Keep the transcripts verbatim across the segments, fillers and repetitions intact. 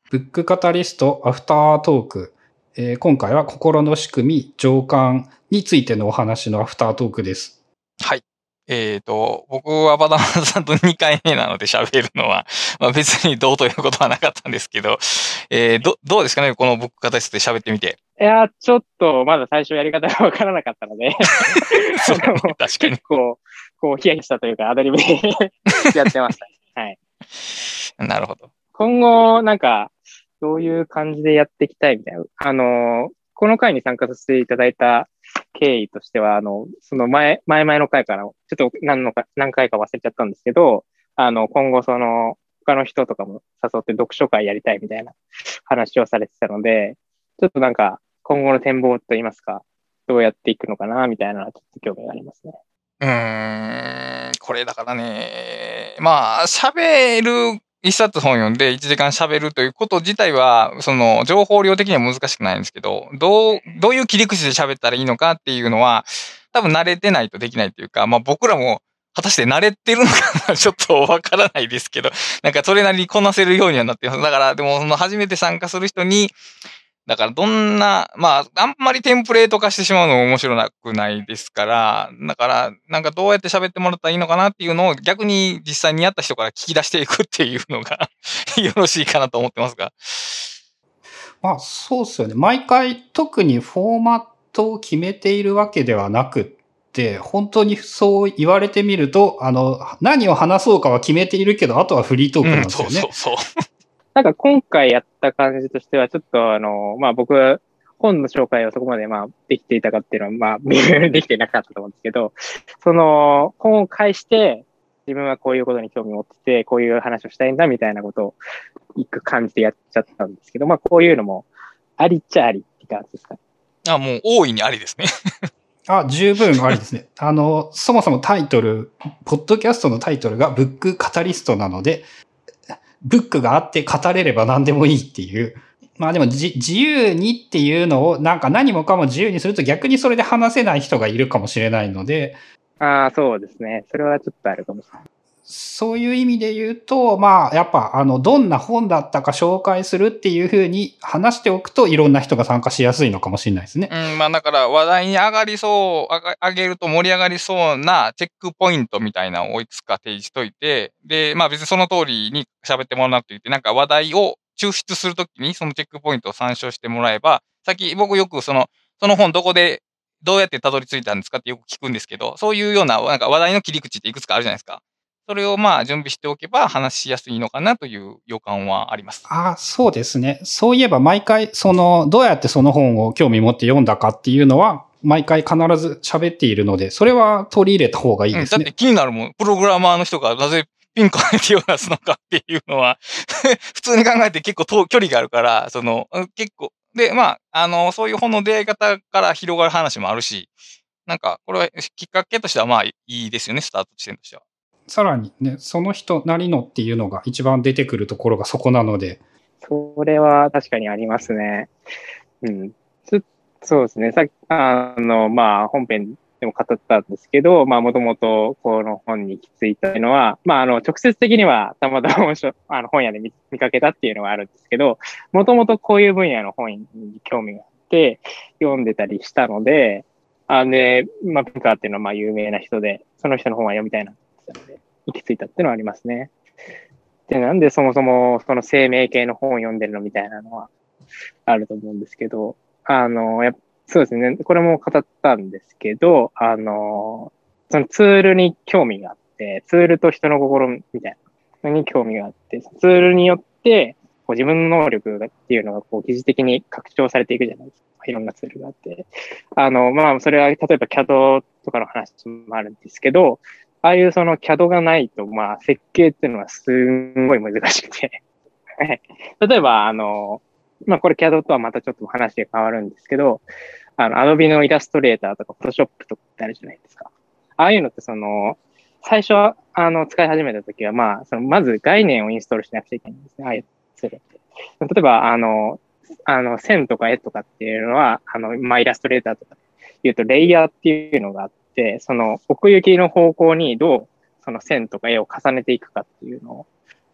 ブックカタリストアフタートーク、えー、今回は心の仕組み、情感についてのお話のアフタートークです。 はい。えっ、ー、と、僕はバナナさんとにかいめなので喋るのは、まあ、別にどうということはなかったんですけど、えー、ど、どうですかね、このブックカタリストで喋ってみて。 いや、ちょっとまだ最初やり方がわからなかったのでそうね、確かに。 結構、こう、ヒヤヒヤしたというか、アドリブでやってました。はい。 なるほど。 今後、なんか、どういう感じでやっていきたいみたいな。あの、この回に参加させていただいた経緯としては、あの、その前、前々の回から、ちょっと何のか、何回か忘れちゃったんですけど、あの、今後その、他の人とかも誘って読書会やりたいみたいな話をされてたので、ちょっとなんか、今後の展望といいますか、どうやっていくのかな、みたいなのはちょっと興味がありますね。 うーん、これだからね、まあ、喋る、一冊本読んでいちじかん喋るということ自体は、その、情報量的には難しくないんですけど、どう、どういう切り口で喋ったらいいのかっていうのは、多分慣れてないとできないというか、まあ僕らも、果たして慣れてるのかちょっとわからないですけど、なんかそれなりにこなせるようにはなってます。だから、でもその初めて参加する人に、だからどんな、まあ、あんまりテンプレート化してしまうのも面白くないですから、だから、なんかどうやって喋ってもらったらいいのかなっていうのを逆に実際にやった人から聞き出していくっていうのがよろしいかなと思ってますが。 まあそうですよね。毎回特にフォーマットを決めているわけではなくって、本当にそう言われてみると、あの、何を話そうかは決めているけど、あとはフリートークなんですよね。 うん、そうそうそう。 なんか今回やった感じとしては、ちょっとあの、まあ僕、本の紹介をそこまでまあできていたかっていうのは、まあできてなかったと思うんですけど、その本を介して自分はこういうことに興味を持ってて、こういう話をしたいんだみたいなことをいく感じでやっちゃったんですけど、まあこういうのもありっちゃありって感じですかね。 あ、もう大いにありですね。 あ、十分ありですね。あの、そもそもタイトル、ポッドキャストのタイトルがブックカタリストなので、ブックがあって語れれば何でもいいっていう。まあでもじ自由にっていうのをなんか何もかも自由にすると逆にそれで話せない人がいるかもしれないので。 ああ、そうですね。それはちょっとあるかもしれない。 そういう意味で言うと、まあ、やっぱ、あの、どんな本だったか紹介するっていうふうに話しておくといろんな人が参加しやすいのかもしれないですね。 うん、まあだから話題に上がりそう、上げると盛り上がりそうなチェックポイントみたいなのをいくつか提示しといて、で、まあ別にその通りに喋ってもらわなくていいって、なんか話題を抽出するときにそのチェックポイントを参照してもらえば、さっき僕よくその、その本どこで、どうやってたどり着いたんですかってよく聞くんですけど、そういうような、なんか話題の切り口っていくつかあるじゃないですか。それをまあ準備しておけば話しやすいのかなという予感はあります。 ああ、そうですね。そういえば毎回、その、どうやってその本を興味持って読んだかっていうのは、毎回必ず喋っているので、それは取り入れた方がいいですね。 うん、だって気になるもん。プログラマーの人がなぜピンクアイティを出すのかっていうのは普通に考えて結構遠距離があるから、その、結構、で、まあ、あの、そういう本の出会い方から広がる話もあるし、なんか、これはきっかけとしてはまあいいですよね、スタート地点としては。 さらにね、その人なりのっていうのが一番出てくるところがそこなので。 それは確かにありますね。うん。そうですね。さっき、あの、まあ、本編でも語ったんですけど、まあ、もともとこの本に行き着いたのは、まあ、あの、直接的にはたまたまあの本屋で 見, 見かけたっていうのがあるんですけど、もともとこういう分野の本に興味があって読んでたりしたので、あで、まあ、ピンカーっていうのはまあ有名な人で、その人の本は読みたいなって言ってたので、行き着いたっていうのはありますね。で、なんでそもそもその生命系の本を読んでるのみたいなのはあると思うんですけど、あの、やそうですね。これも語ったんですけど、あの、そのツールに興味があって、ツールと人の心みたいなのに興味があって、ツールによって、こう自分の能力っていうのがこう疑似的に拡張されていくじゃないですか。いろんなツールがあって。あの、まあ、それは例えば キャド とかの話もあるんですけど、ああいうその キャド がないと、まあ、設計っていうのはすんごい難しくて。例えば、あの、まあ、これ キャド とはまたちょっと話が変わるんですけど、あの、Adobe のイラストレーターとか Photoshop とかってあるじゃないですか。ああいうのってその、最初は、あの、使い始めたときは、まあ、その、まず概念をインストールしなくちゃいけないんですね。ああいうツールって。例えば、あの、あの、線とか絵とかっていうのは、あの、まあ、イラストレーターとか言うと、レイヤーっていうのがあって、その、奥行きの方向にどう、その線とか絵を重ねていくかっていうのを、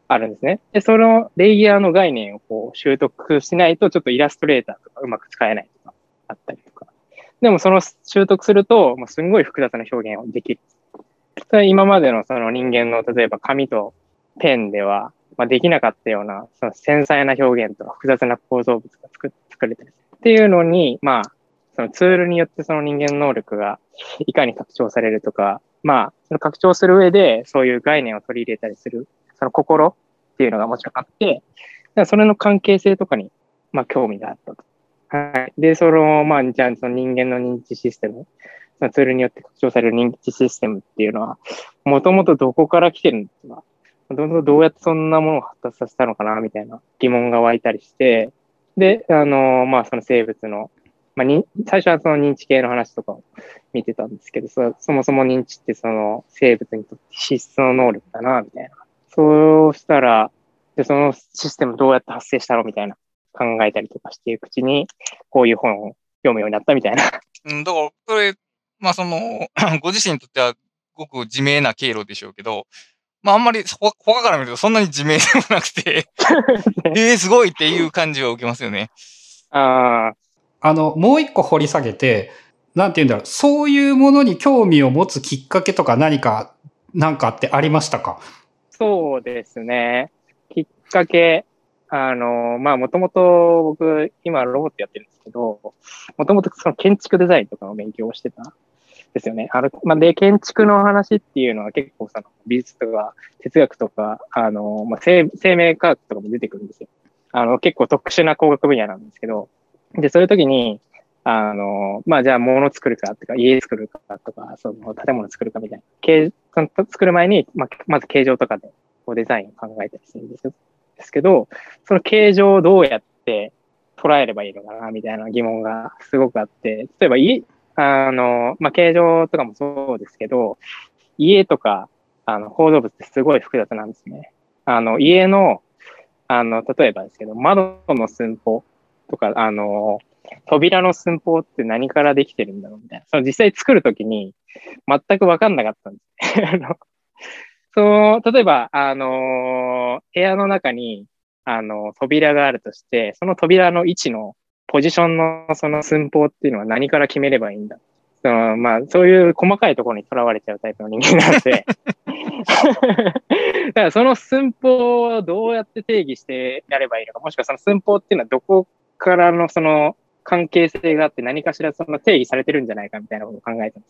あるんですね。で、そのレイヤーの概念をこう習得しないと、ちょっとイラストレーターとかうまく使えないとかあったりとか。でもその習得すると、もうすんごい複雑な表現をできる。それ今までのその人間の例えば紙とペンでは、まあ、できなかったようなその繊細な表現とか複雑な構造物が作作れたりっていうのに、まあ、そのツールによってその人間能力がいかに拡張されるとか、まあ、その拡張する上でそういう概念を取り入れたりする、その心っていうのがもちろんあって、それの関係性とかに、まあ、興味があったと。はい。で、その、まあ、じゃあ、その人間の認知システム、そのツールによって拡張される認知システムっていうのは、もともとどこから来てるんですか？どんどんどうやってそんなものを発達させたのかなみたいな疑問が湧いたりして、で、あの、まあ、その生物の、まあ、に最初はその認知系の話とかを見てたんですけど、そ, そもそも認知ってその生物にとって資質の能力だな、みたいな。そうしたら、で、そのシステムどうやって発生したのみたいな考えたりとかしていくうちに、こういう本を読むようになったみたいな。 うん、だから、それ、まあその、ご自身にとってはごく自明な経路でしょうけど、まああんまり他他から見るとそんなに自明でもなくて、えー、すごいっていう感じは受けますよね。 ああの、もう一個掘り下げて、なんて言うんだろう、そういうものに興味を持つきっかけとか何か、なんかってありましたか？ そうですね。きっかけ、あの、まあ、もともと僕、今ロボットやってるんですけど、もともとその建築デザインとかの勉強をしてたんですよね。あの、まあ、で、建築の話っていうのは結構その美術とか哲学とか、あの、まあ、生、生命科学とかも出てくるんですよ。あの、結構特殊な工学分野なんですけど、で、そういう時に、あの、まあ、じゃあ物作るかとか、家作るかとか、その建物作るかみたいな。形その作る前に、まあ、まず形状とかでこうデザインを考えたりするんですですけど、その形状をどうやって捉えればいいのかな、みたいな疑問がすごくあって、例えば家、あの、まあ、形状とかもそうですけど、家とか、あの、構造物ってすごい複雑なんですね。あの、家の、あの、例えばですけど、窓の寸法とか、あの、扉の寸法って何からできてるんだろうみたいな。その実際作るときに全くわかんなかったんですあのその、例えば、あの、部屋の中に、あの、扉があるとして、その扉の位置のポジションのその寸法っていうのは何から決めればいいんだ。その、まあ、そういう細かいところにとらわれちゃうタイプの人間なので、だからその寸法をどうやって定義してやればいいのか、もしくはその寸法っていうのはどこからのその関係性があって何かしらその定義されてるんじゃないかみたいなことを考えてます。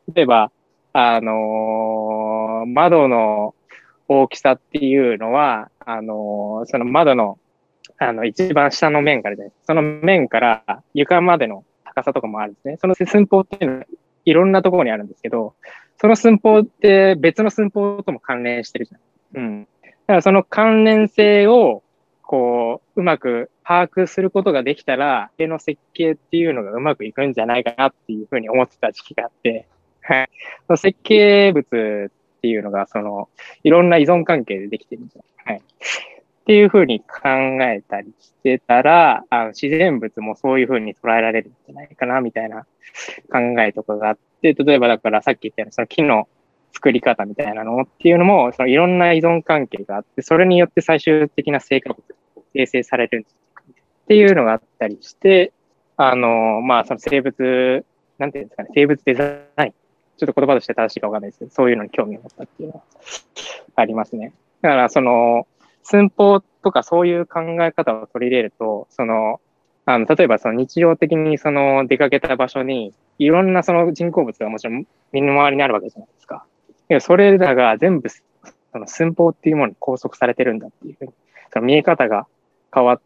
例えば、あのー、窓の大きさっていうのは、あのー、その窓のあの一番下の面からです。その面から床までの高さとかもあるんですね。その寸法っていうのはいろんなところにあるんですけど、その寸法って別の寸法とも関連してるじゃん。うん。だからその関連性を、こう、うまく把握することができたら、家の設計っていうのがうまくいくんじゃないかなっていうふうに思ってた時期があって、はい。その設計物っていうのが、その、いろんな依存関係でできてるんですよ。はい。っていうふうに考えたりしてたら、あの自然物もそういうふうに捉えられるんじゃないかな、みたいな考えとかがあって、例えばだからさっき言ったように、その木の作り方みたいなのっていうのも、そのいろんな依存関係があって、それによって最終的な成果物が形成されるっていうのがあったりして、あの、まあ、その生物、なんていうんですかね、生物デザイン。ちょっと言葉として正しいかわかんないですけど、そういうのに興味を持ったっていうのはありますね。だから、その、寸法とかそういう考え方を取り入れると、その、あの、例えばその日常的にその出かけた場所に、いろんなその人工物がもちろん身の回りにあるわけじゃないですか。それらが全部、その寸法っていうものに拘束されてるんだっていうふうに、その見え方が変わって、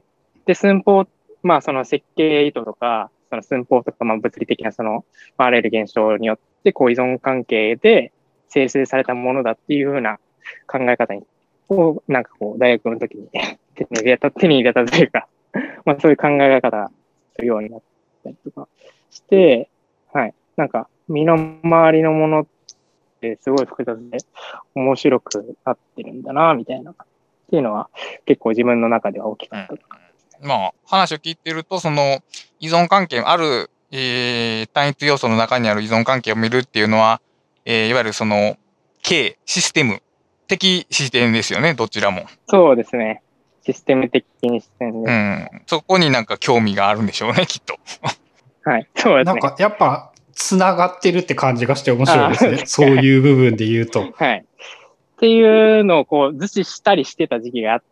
で、寸法、まあその設計意図とか、その寸法とか、まあ物理的なその、あらゆる現象によって、こう依存関係で生成されたものだっていうふうな考え方にを、なんかこう、大学の時に手に入れた、手に入れたというか、まあそういう考え方するようになったりとかして、はい。なんか、身の回りのものってすごい複雑で面白くなってるんだな、みたいな。っていうのは結構自分の中では大きかった。 うん、まあ、話を聞いてると、その依存関係、ある、えー、単一要素の中にある依存関係を見るっていうのは、えー、いわゆるその、K、システム的視点ですよね、どちらも。 そうですね。システム的に視点で。 うん。そこになんか興味があるんでしょうね、きっと。 はい。そうですね。 なんかやっぱ繋がってるって感じがして面白いですね。そういう部分で言うと。 はい。っていうのをこう、図示したりしてた時期があって、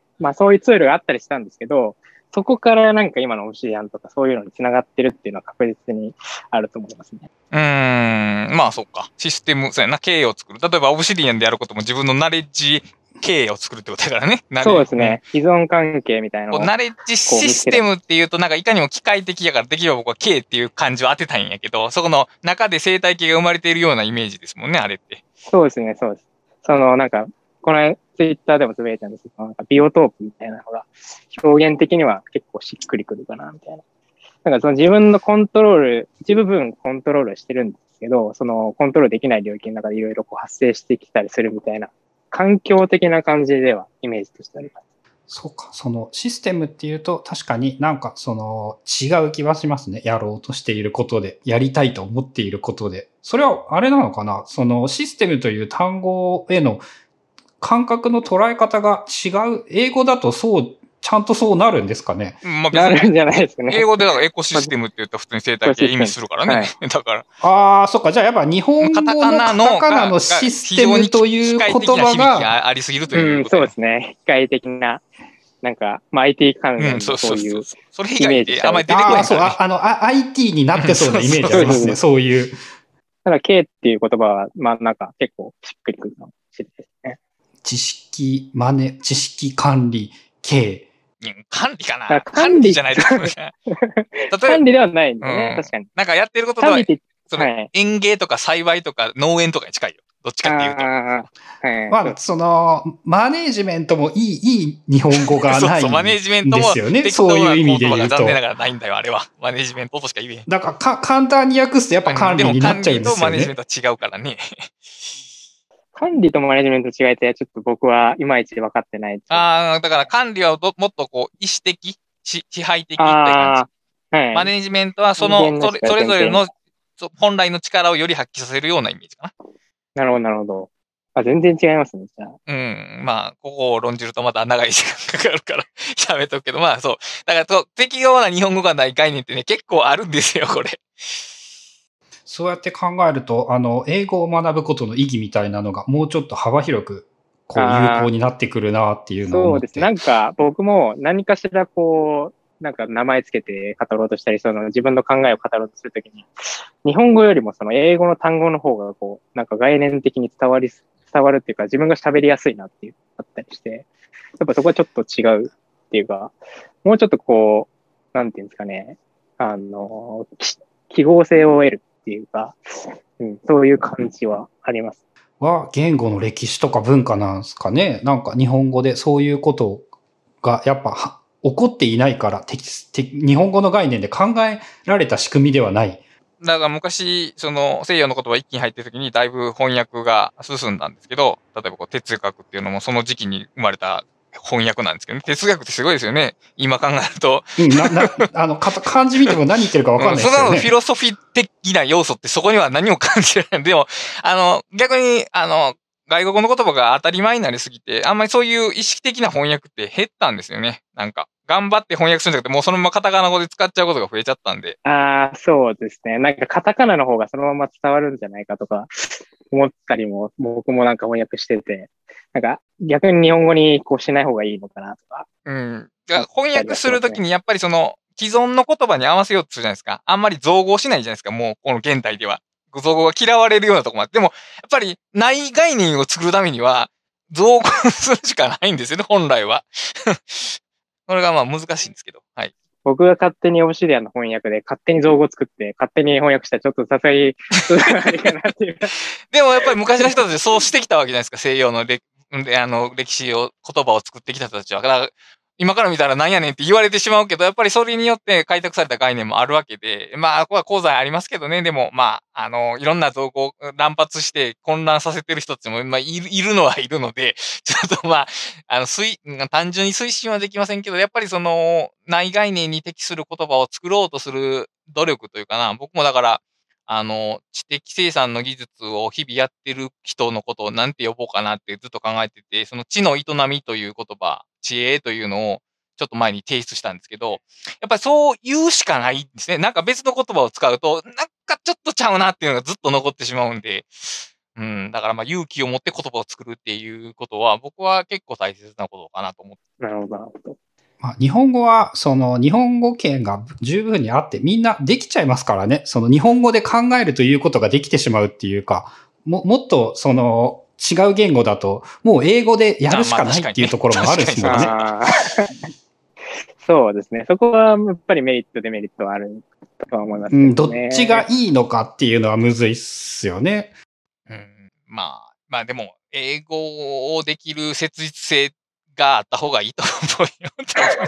まあそういうツールがあったりしたんですけど、そこからなんか今のオブシディアンとかそういうのに繋がってるっていうのは確実にあると思いますね。 うーん。まあそっか。システム、そうやな、経営を作る。例えばオブシディアンでやることも自分のナレッジ経営を作るってことだからね。 そうですね。依存関係みたいなのを。 ナレッジシステムっていうとなんかいかにも機械的やからできれば僕は経っていう漢字を当てたいんやけど、そこの中で生態系が生まれているようなイメージですもんね、あれって。 そうですね、そうです。そのなんか、このツイッターでもつぶやいたんですけど、なんかビオトープみたいなのが表現的には結構しっくりくるかな、みたいな。なんかその自分のコントロール、一部分コントロールしてるんですけど、そのコントロールできない領域の中でいろいろこう発生してきたりするみたいな、環境的な感じではイメージとしてあります。 そうか。そのシステムっていうと確かになんかその違う気はしますね。やろうとしていることで、やりたいと思っていることで。それはあれなのかな？そのシステムという単語への感覚の捉え方が違う。英語だとそう、ちゃんとそうなるんですかね。 まあなるんじゃないですかね。 英語でだからエコシステムって言ったら普通に生態系意味するからね。はい、だから。 ああ、そっか。じゃあやっぱ日本語のカタカナのシステムという言葉がありすぎるということ、 うん、そうですね。機械的な。なんか、まあ、アイティー 関連のそういうイメージ、うん、 それ以外であんまり出てこない、ね。 ああ、そう、あの、アイティー になってそうなイメージありますね、そういう。 ただ、K っていう言葉は、まあ、なんか結構しっくりくるかもしれないですね。 知識、マネ、知識管理、K。 管理かな管理じゃないと思う。 管理ではないんだね、うん、確かに。 なんかやってることは、その、はい、園芸とか栽培とか農園とかに近いよ。どっちかっていうと。 あはい、 まあ、その、マネージメントもいい、いい日本語がないんですよね。そうそう、 マネージメントもそういう意味で言うと。 残念ながらないんだよ、あれは。マネージメントとしか言えへん。 だからか、簡単に訳すとやっぱ管理になっちゃうんですよね。でも管理とマネージメントは違うからね。 管理とマネジメント違いってちょっと僕はいまいち分かってない。 ああ、だから管理はどもっとこう、意思的、支配的って感じ。はい、マネジメントはその、それそれぞれの本来の力をより発揮させるようなイメージかな。 なるほど、なるほど。あ、全然違いますね、じゃあ。 うん。まあ、ここを論じるとまた長い時間かかるから、喋っとくけど、まあそう。だから、適用な日本語がない概念ってね、結構あるんですよ、これ。 そうやって考えると、あの、英語を学ぶことの意義みたいなのがもうちょっと幅広く、こう、有効になってくるなっていうのを思って。 そうです。なんか、僕も何かしらこう、なんか名前つけて語ろうとしたり、その自分の考えを語ろうとするときに、日本語よりもその英語の単語の方がこう、なんか概念的に伝わり、伝わるっていうか、自分が喋りやすいなっていう、あったりして、やっぱそこはちょっと違うっていうか、もうちょっとこう、なんていうんですかね、あの、記号性を得るっていうか、うん、そういう感じはあります。 は、言語の歴史とか文化なんですかね。なんか日本語でそういうことがやっぱ起こっていないから、日本語の概念で考えられた仕組みではない。 だから昔、その西洋の言葉一気に入ってる時にだいぶ翻訳が進んだんですけど、例えばこう哲学っていうのもその時期に生まれた翻訳なんですけどね。哲学ってすごいですよね。今考えると。 うん、な、な、あの、漢字見ても何言ってるか分かんないですよね。 うん、そのフィロソフィー的な要素ってそこには何も感じられない。でも、あの、逆に、あの、外国の言葉が当たり前になりすぎて、あんまりそういう意識的な翻訳って減ったんですよね。なんか、頑張って翻訳するんじゃなくて、もうそのままカタカナ語で使っちゃうことが増えちゃったんで。 ああ、そうですね。なんかカタカナの方がそのまま伝わるんじゃないかとか思ったりも、僕もなんか翻訳してて、なんか逆に日本語にこうしない方がいいのかなとか。 うん。翻訳するときにやっぱりその既存の言葉に合わせようとするじゃないですか。あんまり造語しないじゃないですか。もうこの現代では。造語が嫌われるようなとこもあって。でも、やっぱりない概念を作るためには、造語するしかないんですよね、本来は。これがまあ難しいんですけど。はい。 僕が勝手にオブシディアンの翻訳で勝手に造語を作って勝手に翻訳したらちょっとさすがにあれかなっていう。 でもやっぱり昔の人たちそうしてきたわけじゃないですか。西洋の歴あの歴史を、言葉を作ってきた人たちは。だから今から見たらなんやねんって言われてしまうけど、やっぱりそれによって開拓された概念もあるわけで、まあ、ここは功罪ありますけどね、でも、まあ、あの、いろんな造語を乱発して混乱させてる人たちも、まあ、いる、いるのはいるので、ちょっとまあ、あの、推、単純に推進はできませんけど、やっぱりその、ない概念に適する言葉を作ろうとする努力というかな、僕もだから、 あの、知的生産の技術を日々やってる人のことをなんて呼ぼうかなってずっと考えてて、その知の営みという言葉、知恵というのをちょっと前に提出したんですけど、やっぱりそう言うしかないんですね。なんか別の言葉を使うと、なんかちょっとちゃうなっていうのがずっと残ってしまうんで、うん、だからまあ勇気を持って言葉を作るっていうことは、僕は結構大切なことかなと思って。 なるほど、なるほど。 まあ、日本語は、その日本語圏が十分にあってみんなできちゃいますからね。その日本語で考えるということができてしまうっていうか、も、もっとその違う言語だと、もう英語でやるしかないっていうところもあるんですもんね。 あそうですね。そこはやっぱりメリット、デメリットはあるとは思いますね。 うん、どっちがいいのかっていうのはむずいっすよね。 うん、まあ、まあでも、英語をできる切実性があった方がいいと思うよ。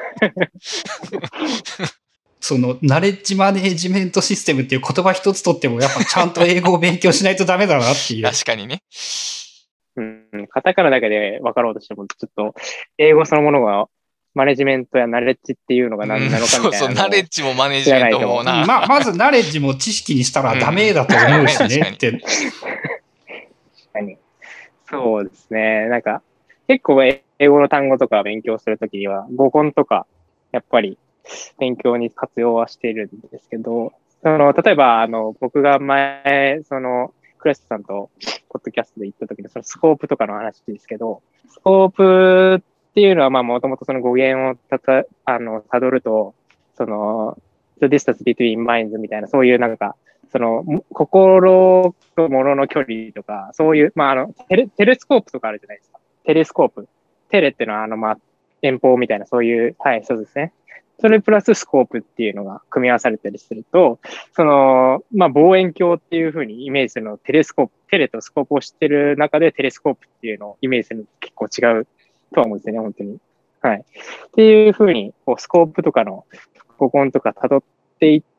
その、ナレッジマネージメントシステムっていう言葉一つとっても、やっぱちゃんと英語を勉強しないとダメだなっていう。 確かにね。 うん、カタカナだけで分かろうとしても、ちょっと、英語そのものが、マネジメントやナレッジっていうのが何なのかみたいな、うん。 そうそう、ナレッジもマネジメントもな。 まあ、まずナレッジも知識にしたらダメだと思うしねって。うん、確かに。そうですね。なんか、結構英語の単語とか勉強するときには、語根とか、やっぱり勉強に活用はしているんですけど、その、例えば、あの、僕が前、その、クラスさんと、ポッドキャストで言ったときの、そのスコープとかの話ですけど、スコープっていうのは、まあ、もともとその語源をたた、あの、辿ると、その、the distance between minds みたいな、そういうなんか、その、心と物の距離とか、そういう、まあ、あのテレ、テレスコープとかあるじゃないですか。テレスコープ。テレっていうのは、あの、まあ、遠方みたいな、そういう、はい、そうですね。それプラススコープっていうのが組み合わされたりすると、その、まあ、望遠鏡っていうふうにイメージするのテレスコープ、テレとスコープを知ってる中でテレスコープっていうのをイメージするの結構違うとは思うんですよね、本当に。はい。っていうふうに、こう、スコープとかの語根とか辿っていって、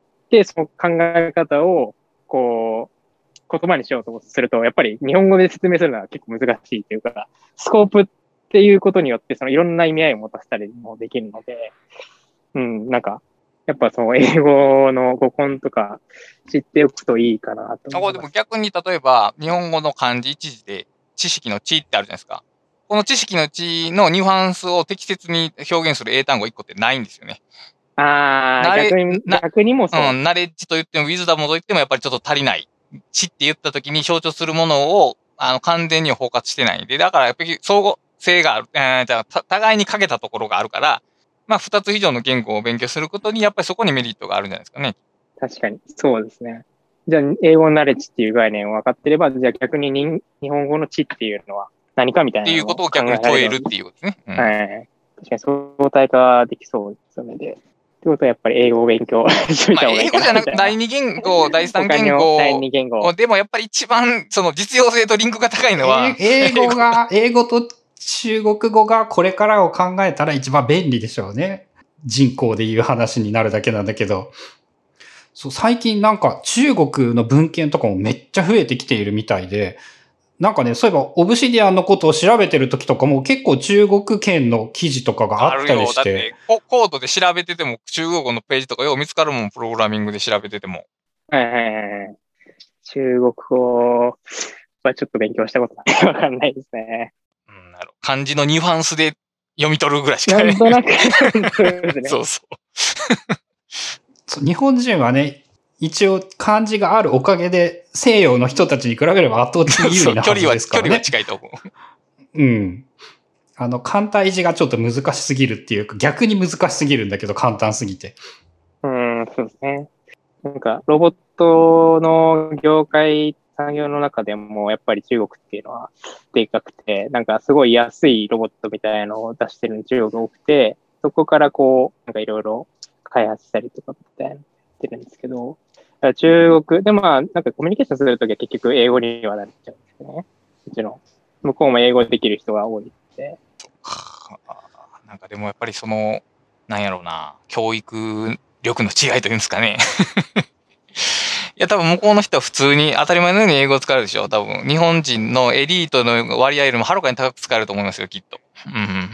その考え方を、こう、言葉にしようとすると、やっぱり日本語で説明するのは結構難しいというか、スコープっていうことによって、そのいろんな意味合いを持たせたりもできるので、うん、なんか、やっぱその英語の語根とか知っておくといいかなと思います。 でも逆に例えば、日本語の漢字一字で知識の知ってあるじゃないですか。この知識の知のニュアンスを適切に表現する英単語一個ってないんですよね。 ああ、逆に、逆にもそう。 うん、ナレッジと言っても、ウィズダムと言ってもやっぱりちょっと足りない。知って言った時に象徴するものを、あの、完全には包括してないんで、だからやっぱり相互性がある、えー、じゃあ、互いにかけたところがあるから、まあ、二つ以上の言語を勉強することに、やっぱりそこにメリットがあるんじゃないですかね。 確かに、そうですね。じゃあ、英語のナレッジっていう概念を分かってれば、じゃあ逆に日本語の知っていうのは何かみたいな。 っていうことを逆に問えるっていうことですね。 うん、はい。確かに相対化できそうですよね。で、ってことはやっぱり英語を勉強しといた方がいいかな。 まあ、英語じゃなくて第二言語、第三言語。第二言語。でもやっぱり一番その実用性とリンクが高いのは。 英語が、英語と中国語がこれからを考えたら一番便利でしょうね。人口でいう話になるだけなんだけど。そう、最近なんか中国の文献とかもめっちゃ増えてきているみたいで、なんかね、そういえばオブシディアンのことを調べてる時とかも結構中国圏の記事とかがあったりして。 あるよ。だってコードで調べてても中国語のページとかよう見つかるもん、プログラミングで調べてても。 はいはいはい。中国語はちょっと勉強したことないかわかんないですね。 うん、なる漢字のニュアンスで読み取るぐらいしかない。 なんとなくそうそうそう。日本人はね、一応漢字があるおかげで西洋の人たちに比べれば圧倒的に有利なはずですからね。 距離は、距離は近いと思う。うん。あの、簡体字がちょっと難しすぎるっていうか、逆に難しすぎるんだけど簡単すぎて。 うん、そうですね。なんか、ロボットの業界、産業の中でも、やっぱり中国っていうのはでかくて、なんかすごい安いロボットみたいなのを出してる中国が多くて、そこからこう、なんかいろいろ開発したりとかみたいなってるんですけど、中国、でまあ、なんかコミュニケーションするときは結局英語にはなっちゃうんですよね。もちろん。向こうも英語できる人が多いって。 なんかでもやっぱりその、なんやろうな、教育力の違いというんですかね。いや、多分向こうの人は普通に当たり前のように英語を使うでしょ。多分、日本人のエリートの割合よりもはるかに高く使えると思いますよ、きっと。うん。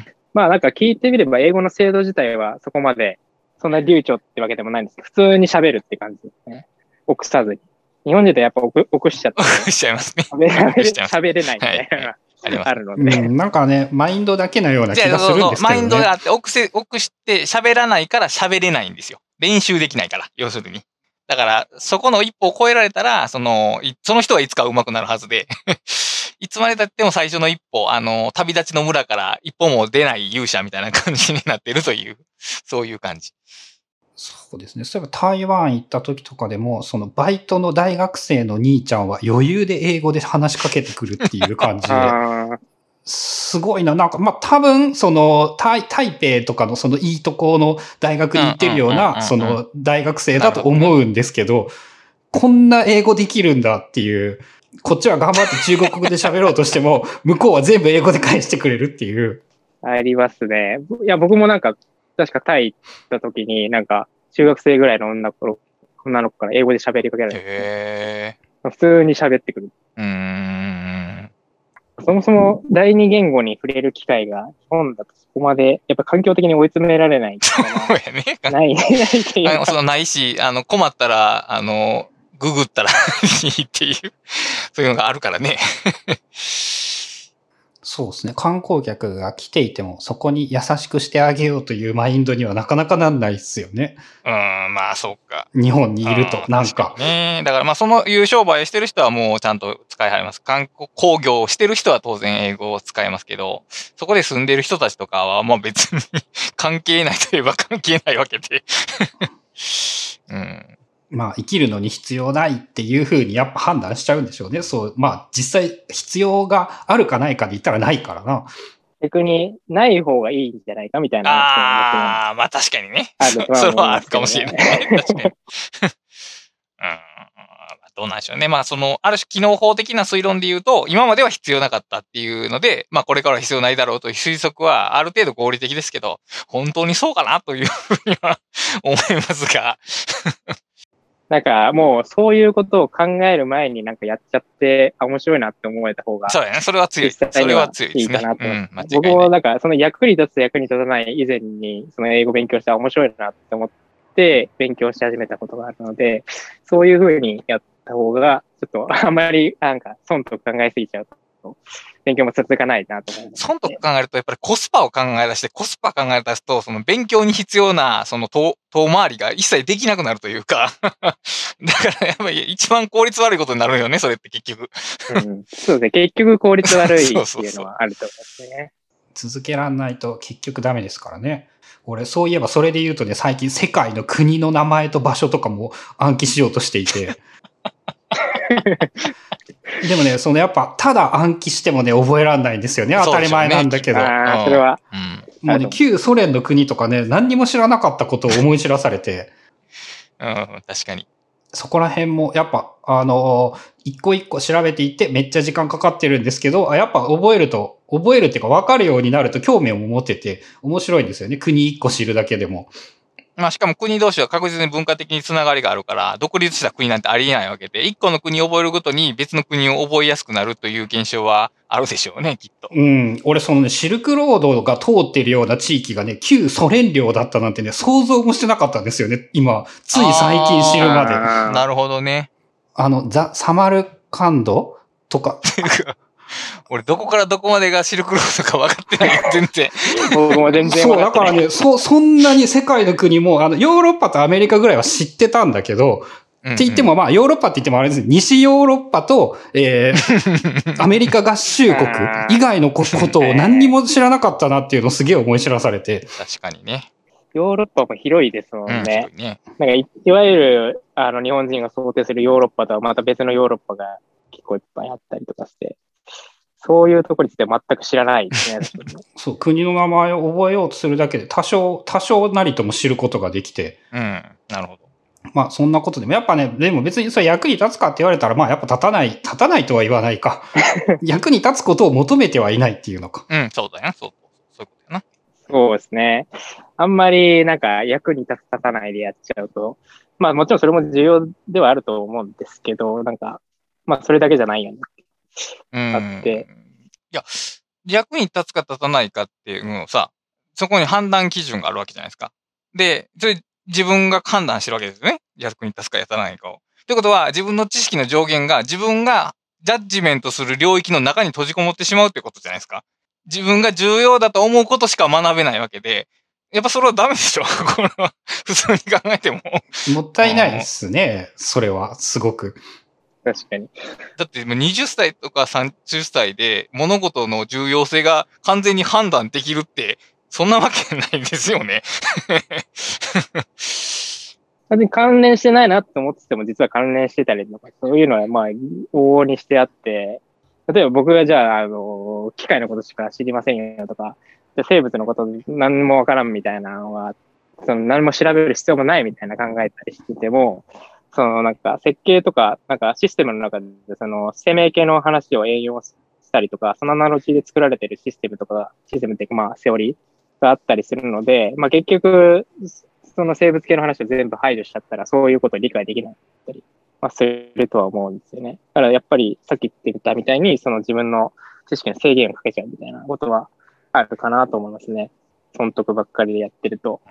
まあなんか聞いてみれば英語の精度自体はそこまで、そんな流暢ってわけでもないんですけど、普通に喋るって感じですね。臆さずに。 日本人とやっぱ起こしちゃって。 起こしちゃいますね。 喋れないみたいな。あるので、 うん。なんかね、マインドだけのような気がするんですけどね。 マインドがあって、奥せ、奥して喋らないから喋れないんですよ。練習できないから、要するに。だから、そこの一歩を超えられたら、その、その人はいつか上手くなるはずで、いつまで経っても最初の一歩、あの、旅立ちの村から一歩も出ない勇者みたいな感じになっているという、そういう感じ。 そうですね。そういえば台湾行った時とかでも、そのバイトの大学生の兄ちゃんは余裕で英語で話しかけてくるっていう感じで、すごいな。なんか、まあ、多分、その、台、台北とかのそのいいとこの大学に行ってるような、その大学生だと思うんですけど、こんな英語できるんだっていう、こっちは頑張って中国語で喋ろうとしても、向こうは全部英語で返してくれるっていう。 ありますね。いや、僕もなんか、確かタイ行った時に、なんか、中学生ぐらいの女の子、女の子から英語で喋りかけられて、 へー、普通に喋ってくる。 うーん。 そもそも第二言語に触れる機会が日本だとそこまで、やっぱ環境的に追い詰められない。 そうやね。 ない、ないっていうか。 そのないし、あの、困ったら、あの、ググったらいいっていう、そういうのがあるからね。 そうですね。観光客が来ていても、そこに優しくしてあげようというマインドにはなかなかなんないですよね。 うん、まあ、そうか。 日本にいると、なんか。 かね。だから、まあ、そのいう商売してる人はもうちゃんと使いはります。観光工業をしてる人は当然英語を使いますけど、そこで住んでる人たちとかは、まあ別に関係ないといえば関係ないわけで。うん。 まあ、生きるのに必要ないっていうふうにやっぱ判断しちゃうんでしょうね。そう、まあ、実際必要があるかないかで言ったらないからな。 逆にない方がいいんじゃないかみたいな。 ああ、まあ確かにね。あるそれはあるかもしれないね。確かに。うん。どうなんでしょうね。まあその、ある種機能法的な推論で言うと、今までは必要なかったっていうので、まあこれからは必要ないだろうという推測はある程度合理的ですけど、本当にそうかなというふうには思いますが。 なんかもうそういうことを考える前になんかやっちゃって、あ、面白いなって思えた方が。 そうやね。それは強い。それは強いですね。 いいかなと。うん、僕もなんかその役に立つ役に立たない以前にその英語勉強したら面白いなって思って勉強し始めたことがあるので、そういうふうにやった方がちょっとあんまりなんか損と考えすぎちゃうと。勉強も続かないなと思います。 損と考えると、やっぱりコスパを考え出して、コスパ考え出すと、その勉強に必要な、その遠、遠回りが一切できなくなるというか。だからやっぱり一番効率悪いことになるよね、それって結局。 うん、そうですね。結局効率悪いっていうのはあると思いますね。そうそうそう続けらんないと結局ダメですからね。俺、そういえばそれで言うとね、最近世界の国の名前と場所とかも暗記しようとしていて。でもね、そのやっぱ、ただ暗記してもね、覚えらんないんですよね。当たり前なんだけど。 ね、ああ、それは。 うん、もうね、旧ソ連の国とかね、何にも知らなかったことを思い知らされて。 うん、確かに。 そこら辺も、やっぱ、あのー、一個一個調べていってめっちゃ時間かかってるんですけど、あやっぱ覚えると、覚えるっていうか分かるようになると興味を持ってて面白いんですよね。国一個知るだけでも。 まあしかも国同士は確実に文化的につながりがあるから、独立した国なんてありえないわけで、一個の国を覚えるごとに別の国を覚えやすくなるという現象はあるでしょうね、きっと。 うん。俺そのね、シルクロードが通っているような地域がね、旧ソ連領だったなんてね、想像もしてなかったんですよね、今。つい最近知るまで。 なるほどね。 あの、ザ・サマルカンドとか。 俺、どこからどこまでがシルクロードか分かってない。全然。 僕も全然分かってない。そう、だからね、そ、そんなに世界の国も、あの、ヨーロッパとアメリカぐらいは知ってたんだけど、うんうん、って言っても、まあ、ヨーロッパって言ってもあれですね、西ヨーロッパと、えー、アメリカ合衆国以外のことを何にも知らなかったなっていうのをすげえ思い知らされて。 確かにね。 ヨーロッパも広いですもんね。 うん、ねなんかい、いわゆる、あの、日本人が想定するヨーロッパとはまた別のヨーロッパが結構いっぱいあったりとかして。そういうところについて全く知らないですね。 そう、国の名前を覚えようとするだけで多少、多少なりとも知ることができて。 うん、なるほど。 まあそんなことでも、やっぱね、でも別にそれ役に立つかって言われたら、まあやっぱ立たない、立たないとは言わないか。役に立つことを求めてはいないっていうのか。 うん、そうだよね。そう、そういうことやな。 そうですね。あんまりなんか役に立つ立たないでやっちゃうと、まあもちろんそれも重要ではあると思うんですけど、なんか、まあそれだけじゃないよね。あって。 いや、役に立つか立たないかっていうのをさ、そこに判断基準があるわけじゃないですか。で、それ自分が判断してるわけですよね。役に立つか立たないかを。 ということは、自分の知識の上限が自分がジャッジメントする領域の中に閉じこもってしまうということじゃないですか。自分が重要だと思うことしか学べないわけで、やっぱそれはダメでしょこれは。普通に考えても。 もったいないですね。それは、すごく。 確かに。 だってもうはたちとかさんじゅっさいで物事の重要性が完全に判断できるって、そんなわけないですよね。 完全に関連してないなって思ってても実は関連してたりとか、そういうのはまあ往々にしてあって、例えば僕がじゃあ、あの、機械のことしか知りませんよとか、生物のこと何もわからんみたいなのは、その何も調べる必要もないみたいな考えたりしてても、そのなんか設計とか、なんかシステムの中でその生命系の話を応用したりとか、そのアナロジーで作られているシステムとか、システムっていうかまあセオリーがあったりするので、まあ結局、その生物系の話を全部排除しちゃったら、そういうことを理解できなかったり、まあ、するとは思うんですよね。だからやっぱりさっき言ってたみたいに、その自分の知識の制限をかけちゃうみたいなことはあるかなと思いますね。損得ばっかりでやってると。 うん、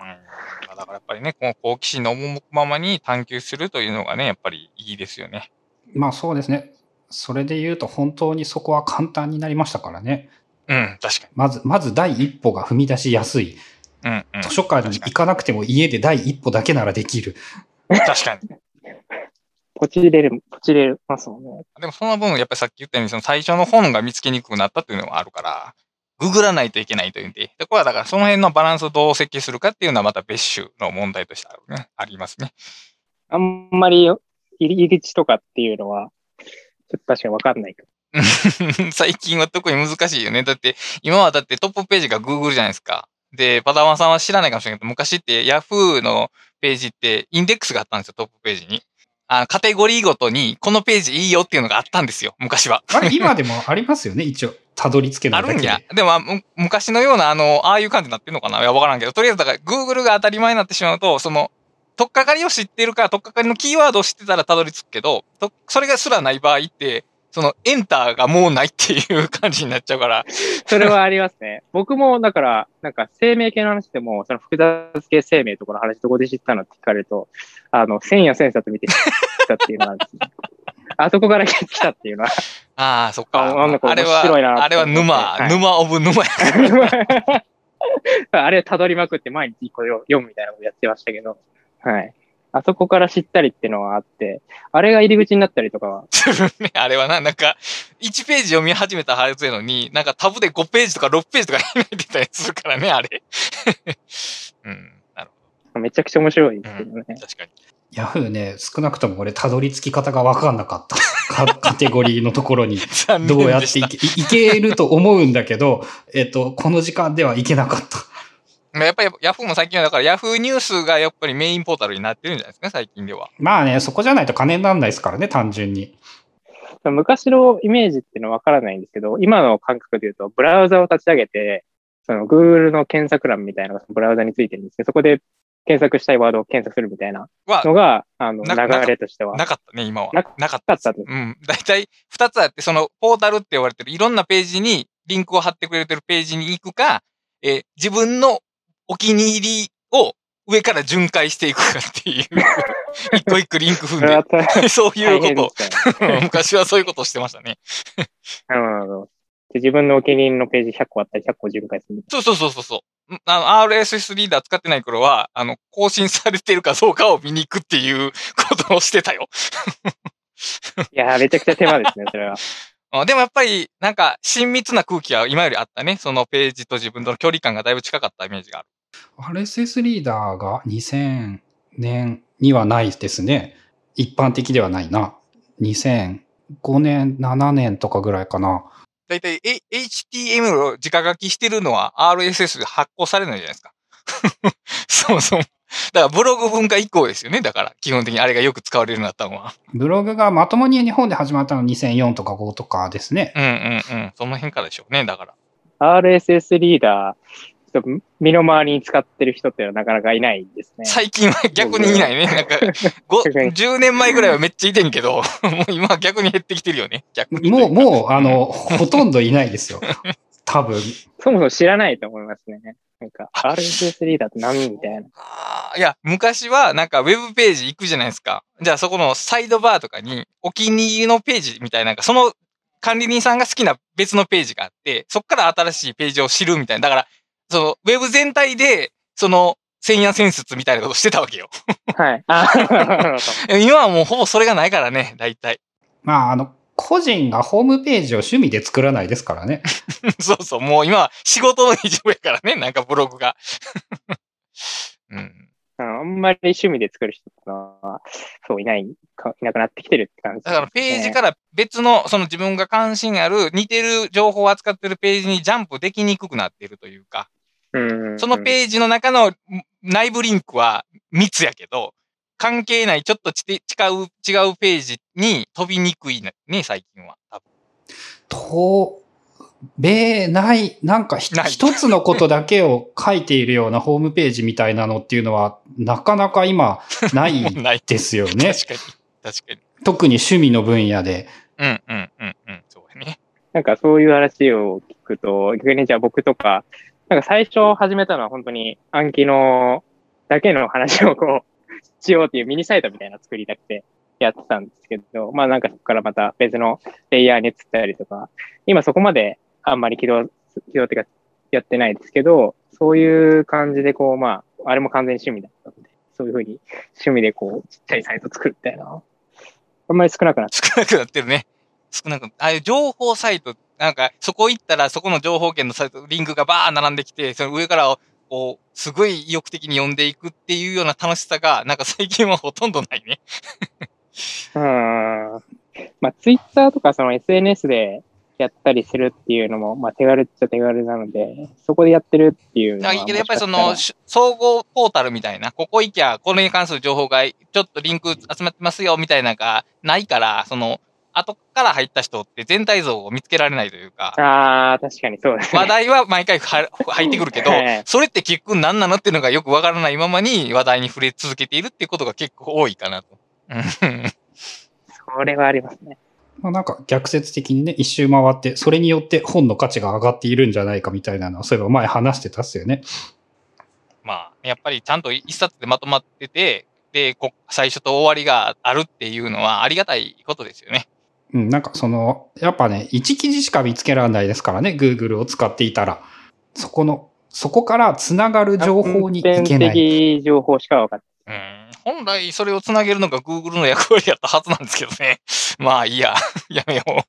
だからやっぱりね、この好奇心の赴くままに探求するというのがね、やっぱりいいですよね。 まあそうですね。それで言うと本当にそこは簡単になりましたからね。 うん、確かに。 まず、まず第一歩が踏み出しやすい。 うんうん、 図書館に行かなくても家で第一歩だけならできる。 確かに。 ポチれる、ポチれますもんね。 でもその分、やっぱりさっき言ったように、その最初の本が見つけにくくなったっていうのはあるから、ググらないといけないというんで、これはだからその辺のバランスをどう設計するかっていうのはまた別種の問題としてあるね、ありますね。 あんまり入り口とかっていうのは、ちょっと確かにわかんないか。 最近は特に難しいよね。だって、今はだってトップページが Google じゃないですか。で、パダワンさんは知らないかもしれないけど、昔って Yahoo のページってインデックスがあったんですよ、トップページに。あカテゴリーごとに、このページいいよっていうのがあったんですよ、昔は。 あれ、今でもありますよね、一応。たどり着けないだけで。 あるんや。でも、昔のような、あの、ああいう感じになってんのかないや、わからんけど、とりあえずだから、Google が当たり前になってしまうと、その、取っかかりを知ってるから、取っかかりのキーワードを知ってたらたどり着くけど、それがすらない場合って、そのエンターがもうないっていう感じになっちゃうから。 それはありますね。僕もだから、なんか生命系の話でも、その複雑系生命とかの話どこで知ったのって聞かれると、あの、千夜千冊見てきたっていうのがあるんですね。あそこから来たっていうのは。 ああ、そっか。 ああれは、あれは沼、はい、沼オブ沼や。 あれ辿りまくって毎日一個読むみたいなことやってましたけど、はい。あそこから知ったりっていうのはあって、あれが入り口になったりとかは。 ね、あれはな、なんか、いちページ読み始めたはずやのに、なんかタブでごページとかろくページとか開いてたりするからね、あれ。うん、なるほど。めちゃくちゃ面白いですけどね。 うん、確かに。 ヤフーね、少なくとも俺、たどり着き方が分かんなかった。カテゴリーのところに、どうやっていけ、いけると思うんだけど、えっと、この時間ではいけなかった。 やっぱりヤフーも最近はだからヤフーニュースがやっぱりメインポータルになってるんじゃないですか、最近では。 まあね、そこじゃないと金にならないですからね、単純に。 昔のイメージっていうのはわからないんですけど、今の感覚で言うと、ブラウザを立ち上げて、その Google の検索欄みたいなのがブラウザについてるんですけど、そこで検索したいワードを検索するみたいなのが、あの、流れとしては。 なかったね、今は。 なかった。 うん。だいたいふたつあって、そのポータルって言われてるいろんなページにリンクを貼ってくれてるページに行くか、えー、自分のお気に入りを上から巡回していくかっていう。一個一個リンク踏んで。そういうこと。昔はそういうことをしてましたね。 なるほど。自分のお気に入りのページひゃっこあったらひゃっこ巡回する。 そうそうそうそう。あの、アールエスエス リーダー使ってない頃は、あの、更新されてるかどうかを見に行くっていうことをしてたよ。 いやー、めちゃくちゃ手間ですね、それは。 でもやっぱり、なんか、親密な空気は今よりあったね。そのページと自分との距離感がだいぶ近かったイメージがある。 アールエスエス リーダーがにせんねんにはないですね。一般的ではないな。にせんごねん、ななねんとかぐらいかな。 だいたい エイチティーエムエル を直書きしてるのは アールエスエス で発行されないじゃないですか。そうそう。だからブログ文化以降ですよね。だから基本的にあれがよく使われるようになったのは。 ブログがまともに日本で始まったのはにせんよんとかごとかですね。 うんうんうん。その辺からでしょうね。だから。 アールエスエス リーダー、身の回りに使ってる人っていうのはなかなかいないですね。 最近は逆にいないね。なんか、じゅうねんまえぐらいはめっちゃいてんけど、もう今は逆に減ってきてるよね。逆に。 もう、もう、あの、ほとんどいないですよ。 多分。 そもそも知らないと思いますね。なんか、アールエスエス リーダーって何みたいな。 あいや、昔はなんかウェブページ行くじゃないですか。じゃあそこのサイドバーとかにお気に入りのページみたいな、なんかその管理人さんが好きな別のページがあって、そこから新しいページを知るみたいな。だから、そのウェブ全体で、その千夜千説みたいなことしてたわけよ。 はい。あ今はもうほぼそれがないからね、大体。 まあ、あの、個人がホームページを趣味で作らないですからね。 そうそう、もう今は仕事の一部やからね、なんかブログが。うん、 あんまり趣味で作る人は、そういないか、いなくなってきてるって感じ、ね。 だからページから別の、その自分が関心ある、似てる情報を扱ってるページにジャンプできにくくなっているというか、 うんそのページの中の内部リンクは密やけど、関係ないちょっとちて違う、違うページに飛びにくいね、最近は。多分と、べない、なんか一つのことだけを書いているようなホームページみたいなのっていうのは、なかなか今、ないですよね。 確かに。確かに。 特に趣味の分野で。 うんうんうんうん。そうやね。 なんかそういう話を聞くと、逆にじゃあ僕とか、なんか最初始めたのは本当に暗記のだけの話をこう、しようっていうミニサイトみたいなの作りたくてやってたんですけど、まあなんかそこからまた別のレイヤーに移ったりとか、今そこまであんまり起動、起動っていうかやってないですけど、そういう感じでこう、まあ、あれも完全に趣味だったので、そういうふうに趣味でこう、ちっちゃいサイト作るみたいな、あんまり少なくなって少なくなってるね。少なく、ああいう情報サイト、なんかそこ行ったらそこの情報源のサイト、リンクがバー並んできて、その上からこう、すごい意欲的に読んでいくっていうような楽しさが、なんか最近はほとんどないね。 うん。まあ、ツイッターとかその エスエヌエス でやったりするっていうのも、まあ、手軽っちゃ手軽なので、そこでやってるっていうのは。 だからやっぱりその、総合ポータルみたいな、ここ行きゃ、これに関する情報が、ちょっとリンク集まってますよ、みたいなのがないから、その、後から入った人って全体像を見つけられないというか。 ああ、確かにそうですね。 話題は毎回入ってくるけど、それって結局何なのっていうのがよくわからないままに話題に触れ続けているっていうことが結構多いかなと。 それはありますね。 まあ、なんか逆説的にね、一周回って、それによって本の価値が上がっているんじゃないかみたいなのは、そういえば前話してたっすよね。 まあ、やっぱりちゃんと一冊でまとまってて、で、こ最初と終わりがあるっていうのはありがたいことですよね。 うん、なんかその、やっぱね、一記事しか見つけられないですからね、Google を使っていたら。そこの、そこから繋がる情報にいけない。 断片的情報しか分かってうん。本来それを繋げるのが Google の役割やったはずなんですけどね。まあいいや、やめよう。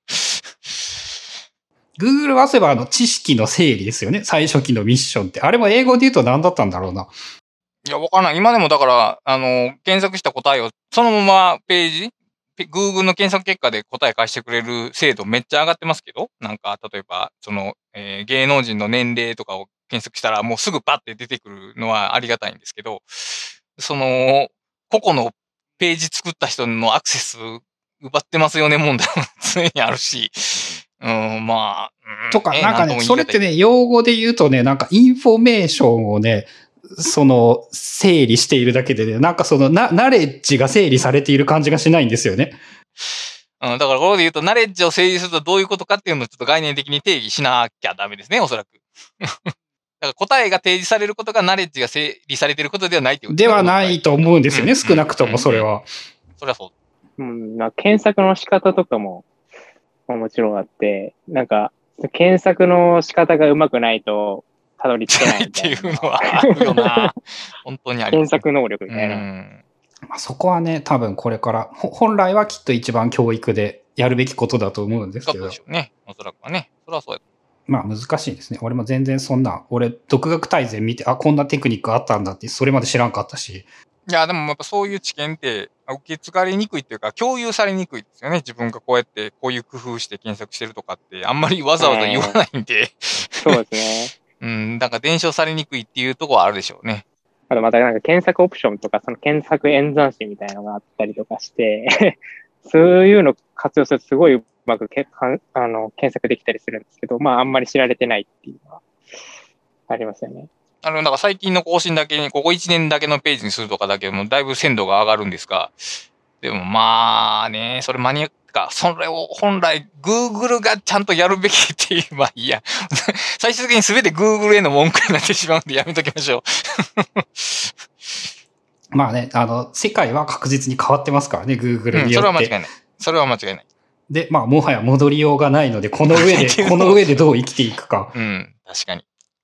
Google はそういえばあの知識の整理ですよね。最初期のミッションって。あれも英語で言うと何だったんだろうな。 いや、わからない。今でもだから、あの、検索した答えをそのままページ、Google の検索結果で答え返してくれる精度めっちゃ上がってますけど、なんか、例えば、その、えー、芸能人の年齢とかを検索したらもうすぐパッて出てくるのはありがたいんですけど、その、個々のページ作った人のアクセス奪ってますよね問題も常にあるし、うん、まあ、うん、 とか、なんかね、 えー、 それってね、用語で言うとね、なんかインフォメーションをね、その、整理しているだけでね、なんかその、な、ナレッジが整理されている感じがしないんですよね。 うん、だからここで言うと、ナレッジを整理するとどういうことかっていうのをちょっと概念的に定義しなきゃダメですね、おそらく。だから答えが提示されることがナレッジが整理されていることではないということではないと思うんですよね、うん、少なくともそれは。 うん、それはそう。 うん、まあ、検索の仕方とかも、もちろんあって、なんか、検索の仕方がうまくないと、たどり着けないみたいな。 っていうのはあるよな。本当にあります、 検索能力みたいな。 うんまあ、そこはね、多分これから、本来はきっと一番教育でやるべきことだと思うんですけど。 そうでしょうね。おそらくはね。それはそうや。 まあ難しいですね。俺も全然そんな、俺、独学大全見て、あ、こんなテクニックあったんだって、それまで知らんかったし。 いや、でもやっぱそういう知見って、受け継がれにくいっていうか、共有されにくいですよね。自分がこうやって、こういう工夫して検索してるとかって、あんまりわざわざ言わないんで。 そうですね。 うん、だから伝承されにくいっていうところはあるでしょうね。 あとまたなんか検索オプションとか、その検索演算子みたいなのがあったりとかして、そういうのを活用するとすごいうまくけあの検索できたりするんですけど、まああんまり知られてないっていうのはありますよね。 あの、だから最近の更新だけに、ここいちねんだけのページにするとかだけでもだいぶ鮮度が上がるんですが、でもまあね、それマニアッか、それを本来 Google がちゃんとやるべきっていう、まあいいや。最終的に全て Google への文句になってしまうんでやめときましょう。まあね、あの、世界は確実に変わってますからね、Google によって。うん、 それは間違いない。それは間違いない。 で、まあもはや戻りようがないので、この上で、この上でどう生きていくか。 うん、確かに。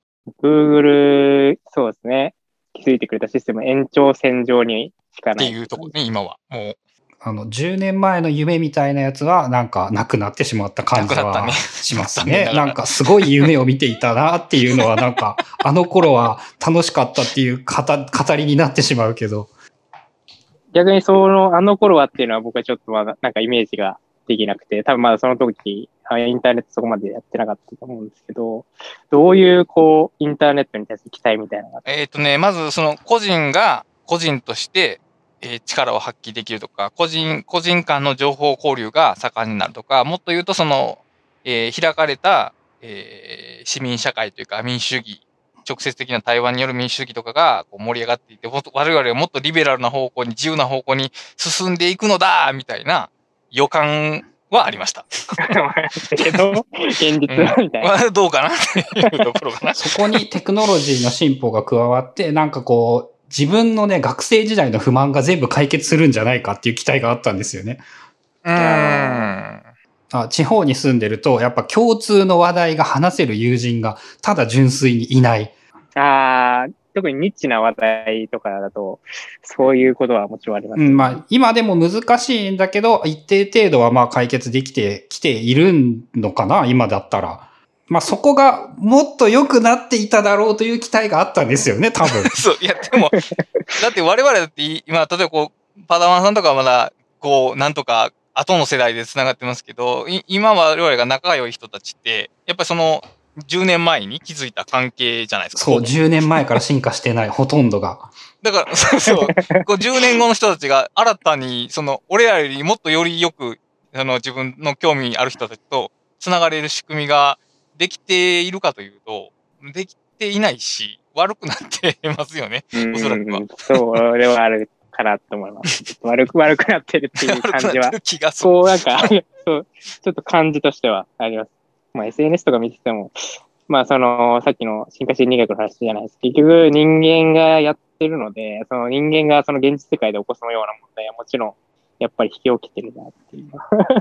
Google、そうですね。気づいてくれたシステム延長線上にしかない。 っていうところね、今は。もう。 あの、じゅうねんまえの夢みたいなやつは、なんか、なくなってしまった感じはしますね。なんか、すごい夢を見ていたなっていうのは、なんか、あの頃は楽しかったっていう語りになってしまうけど。 逆にその、あの頃はっていうのは僕はちょっとまだ、なんかイメージができなくて、多分まだその時、インターネットそこまでやってなかったと思うんですけど、どういう、こう、インターネットに対する期待みたいなのが。 えっとね、まずその個人が個人として、えー、力を発揮できるとか、個人、個人間の情報交流が盛んになるとか、もっと言うとその、えー、開かれた、えー、市民社会というか民主主義、直接的な対話による民主主義とかがこう盛り上がっていて、我々はもっとリベラルな方向に、自由な方向に進んでいくのだみたいな予感はありました。 けど、現実はみたいな。 うん、どうかなっていうところかな。 そこにテクノロジーの進歩が加わって、なんかこう、自分のね、学生時代の不満が全部解決するんじゃないかっていう期待があったんですよね。 うーん。 あ、地方に住んでると、やっぱ共通の話題が話せる友人がただ純粋にいない。 ああ、特にニッチな話題とかだと、そういうことはもちろんあります、ね。 うん、まあ、今でも難しいんだけど、一定程度はまあ解決できてきているのかな、今だったら。まあそこがもっと良くなっていただろうという期待があったんですよね、多分。 そう、いや、でも、だって我々だって今、例えばこう、パダワンさんとかはまだ、こう、なんとか、後の世代で繋がってますけど、今我々が仲良い人たちって、やっぱりその、じゅうねんまえに気づいた関係じゃないですか。 そう、じゅうねんまえから進化してない、ほとんどが。 だから、そうそう、こうじゅうねんごの人たちが新たに、その、俺らよりもっとよりよく、あの、自分の興味ある人たちと繋がれる仕組みができているかというと、できていないし、悪くなってますよね、おそらくは。 そう、それはあるかなと思います。悪く、悪くなってるっていう感じは。 気がする。 こう、なんか、そう、ちょっと感じとしてはあります。まあ エスエヌエス とか見てても、まあその、さっきの進化心理学の話じゃないです。結局人間がやってるので、その人間がその現実世界で起こすような問題はもちろん、やっぱり引き起きてるなっていう。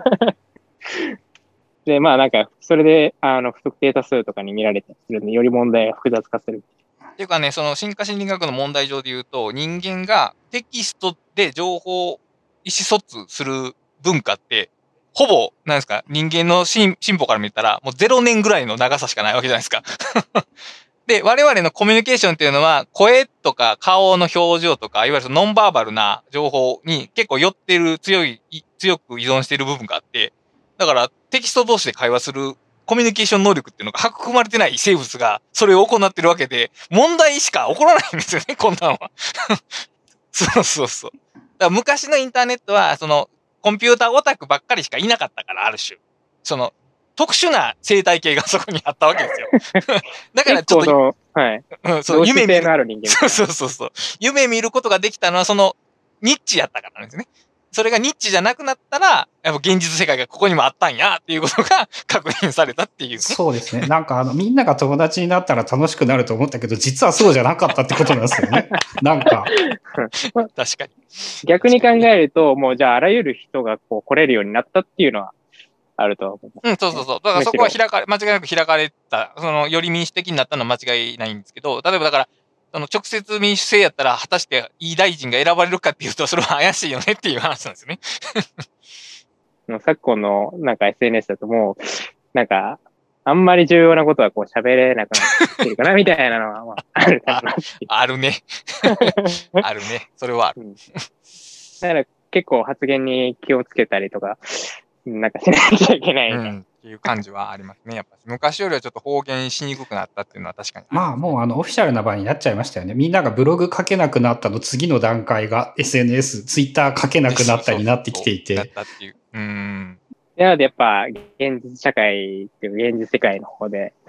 で、まあなんか、それで、あの、不特定多数とかに見られたりするんで、より問題が複雑化する。 っていうかね、その進化心理学の問題上で言うと、人間がテキストで情報、意思疎通する文化って、ほぼ、なんですか、人間の進歩から見たら、もうゼロねんぐらいの長さしかないわけじゃないですか。で、我々のコミュニケーションっていうのは、声とか顔の表情とか、いわゆるそのノンバーバルな情報に結構寄ってる、強い、強く依存している部分があって、だからテキスト同士で会話するコミュニケーション能力っていうのが育まれてない生物がそれを行ってるわけで、問題しか起こらないんですよね、こんなのは。そうそうそう。だから昔のインターネットは、その、コンピューターオタクばっかりしかいなかったから、ある種。その、特殊な生態系がそこにあったわけですよ。だからちょっと、 はい。 うん、そう、夢見る。 のある人間。 そうそうそうそう。夢見ることができたのは、その、ニッチやったからなんですね。それがニッチじゃなくなったら、やっぱ現実世界がここにもあったんやっていうことが確認されたっていう、ね。 そうですね。なんかあの、みんなが友達になったら楽しくなると思ったけど、実はそうじゃなかったってことなんですよね。なんか。 確かに。 逆に考えると、もうじゃああらゆる人がこう来れるようになったっていうのはあると思います、ね。 うん、そうそうそう。だからそこは開かれ、間違いなく開かれた、その、より民主的になったのは間違いないんですけど、例えばだから、その直接民主制やったら、果たしていい大臣が選ばれるかっていうと、それは怪しいよねっていう話なんですよね。 昨今のなんか エスエヌエス だともう、なんか、あんまり重要なことはこう喋れなくなってるかなみたいなのは、まあ、あるかな。 あるね。あるね。それはある。うん、 だから結構発言に気をつけたりとか、なんかしなきゃいけない、ね。 うんっていう感じはありますね。やっぱ昔よりはちょっと方言しにくくなったっていうのは確かに、ね。 まあもうあのオフィシャルな場になっちゃいましたよね。みんながブログ書けなくなったの次の段階が エスエヌエス、ツイッター書けなくなったになってきていて。 だったっていう。うん。 なのでやっぱ現実社会っていう現実世界の方で、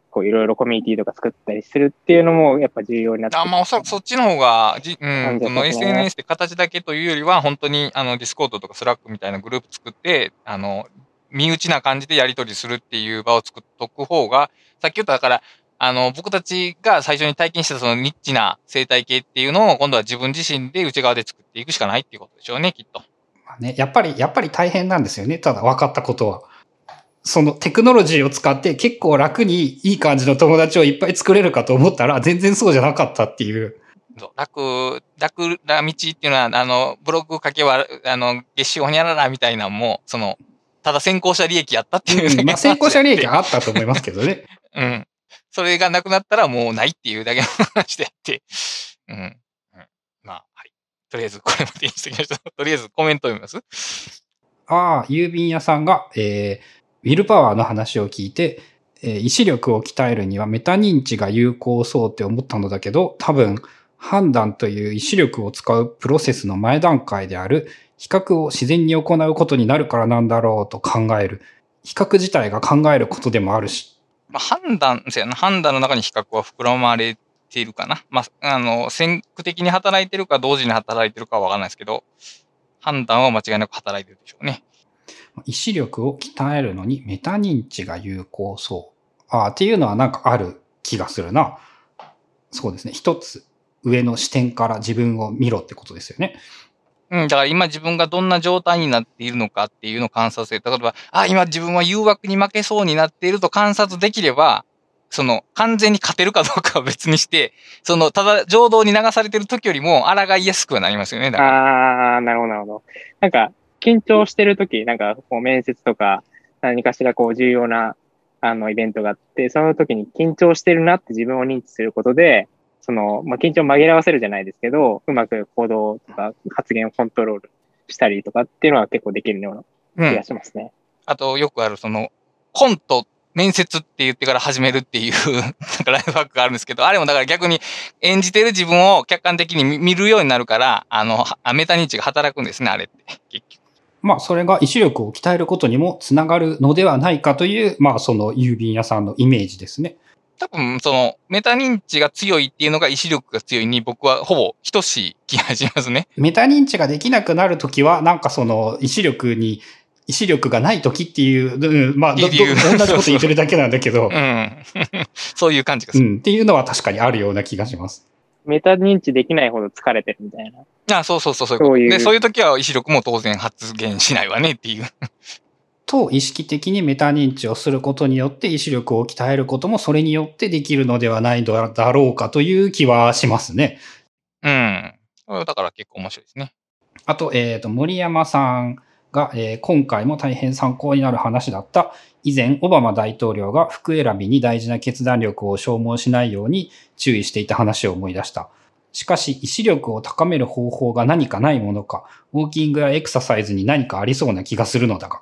こういろいろコミュニティとか作ったりするっていうのもやっぱ重要になってくる。 あ、まあおそらくそっちの方が、じうん、その感じですねエスエヌエス で形だけというよりは、本当にあのディスコードとかスラックみたいなグループ作って、あの、身内な感じでやり取りするっていう場を作っとく方が、さっき言っただから、あの、僕たちが最初に体験したそのニッチな生態系っていうのを今度は自分自身で内側で作っていくしかないっていうことでしょうね、きっと。 まあね、やっぱり、やっぱり大変なんですよね。ただ分かったことは。そのテクノロジーを使って結構楽にいい感じの友達をいっぱい作れるかと思ったら全然そうじゃなかったっていう。 そう楽、楽な道っていうのは、あの、ブログ書けば、あの、月収ほにゃららみたいなのも、その、ただ先行者利益やったっていうだけの話で、 うん、まあ先行者利益はあったと思いますけどね。 うん。それがなくなったらもうないっていうだけの話であって、うん。うん、まあ、はい。とりあえずこれまでにしてきました。とりあえずコメント読みます？ ああ、郵便屋さんが、えー、ウィルパワーの話を聞いて、えー、意志力を鍛えるにはメタ認知が有効そうって思ったのだけど、多分、判断という意志力を使うプロセスの前段階である比較を自然に行うことになるからなんだろうと考える。比較自体が考えることでもあるし。 まあ、判断、そうやな、判断の中に比較は膨らまれているかな。まあ、あの、先駆的に働いてるか同時に働いてるかはわかんないですけど、判断は間違いなく働いてるでしょうね。 意志力を鍛えるのにメタ認知が有効そう。ああ、っていうのはなんかある気がするな。そうですね。一つ上の視点から自分を見ろってことですよね。 うん、だから今自分がどんな状態になっているのかっていうのを観察する。例えば、あ、今自分は誘惑に負けそうになっていると観察できれば、その完全に勝てるかどうかは別にして、そのただ情動に流されてる時よりも抗いやすくはなりますよね。だからああ、なるほど、なるほど。なんか、緊張してるとき、なんか、こう、面接とか、何かしら、こう、重要な、あの、イベントがあって、その時に緊張してるなって自分を認知することで、その、まあ、緊張を紛らわせるじゃないですけど、うまく行動とか発言をコントロールしたりとかっていうのは結構できるような気がしますね。うん、 あと、よくある、その、コント、面接って言ってから始めるっていうなんかライフハックがあるんですけど、あれもだから逆に演じてる自分を客観的に見るようになるから、あの、メタ認知が働くんですね、あれって。結局。 まあ、それが意志力を鍛えることにもつながるのではないかという、まあ、その郵便屋さんのイメージですね。 多分、その、メタ認知が強いっていうのが意志力が強いに僕はほぼ等しい気がしますね。 メタ認知ができなくなるときは、なんかその、意志力に、意志力がないときっていう、うん、まあど、ど、同じこと言ってるだけなんだけど。 うん。そういう感じがする。 うん、っていうのは確かにあるような気がします。 メタ認知できないほど疲れてるみたいな。 あ、そうそうそう、そういうこと。そういうで、そういうときは意志力も当然発現しないわねっていう。 と、意識的にメタ認知をすることによって意志力を鍛えることもそれによってできるのではないだろうかという気はしますね。 うん。だから結構面白いですね。 あと、えっと、森山さんが、えー、今回も大変参考になる話だった。以前、オバマ大統領が服選びに大事な決断力を消耗しないように注意していた話を思い出した。しかし、意志力を高める方法が何かないものか、ウォーキングやエクササイズに何かありそうな気がするのだが。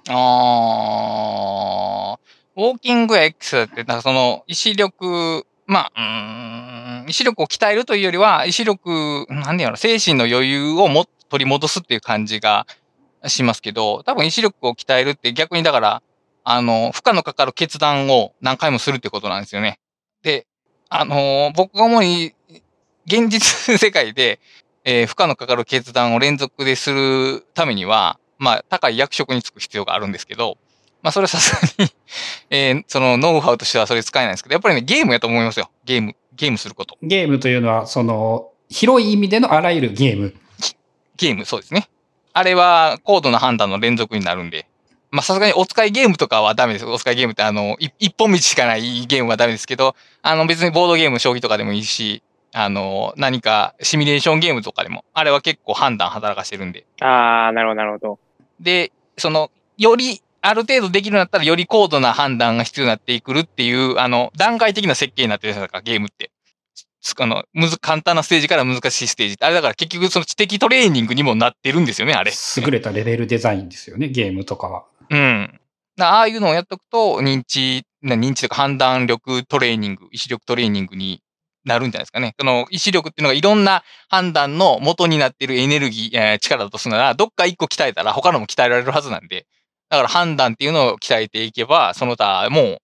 あー、ウォーキングやエクササイズって、なんかその、意志力、まあ、うーん、意志力を鍛えるというよりは、意志力、なんでやろ、精神の余裕をも取り戻すっていう感じがしますけど、多分意志力を鍛えるって逆にだから、あの、負荷のかかる決断を何回もするってことなんですよね。で、あのー、僕が主に、現実世界で、えー、負荷のかかる決断を連続でするためには、まあ、高い役職に就く必要があるんですけど、まあ、それはさすがにえー、その、ノウハウとしてはそれ使えないんですけど、やっぱりね、ゲームやと思いますよ。ゲーム、ゲームすること。 ゲームというのは、その、広い意味でのあらゆるゲーム。 ゲーム、そうですね。あれは、高度な判断の連続になるんで、まあ、さすがにお使いゲームとかはダメです。お使いゲームって、あの、一本道しかないゲームはダメですけど、あの、別にボードゲーム、将棋とかでもいいし、あの、何かシミュレーションゲームとかでも、あれは結構判断働かしてるんで。 ああ、なるほど、なるほど。 で、その、より、ある程度できるようになったら、より高度な判断が必要になってくるっていう、あの、段階的な設計になってるじゃないですか、ゲームって。あの、むず、簡単なステージから難しいステージ。あれだから結局その知的トレーニングにもなってるんですよね、あれ。 優れたレベルデザインですよね、ゲームとかは。 うん。ああいうのをやっとくと、認知、認知とか判断力トレーニング、意志力トレーニングになるんじゃないですかね。その意志力っていうのがいろんな判断の元になっているエネルギー、えー、力だとするなら、どっか一個鍛えたら他のも鍛えられるはずなんで、だから判断っていうのを鍛えていけば、その他も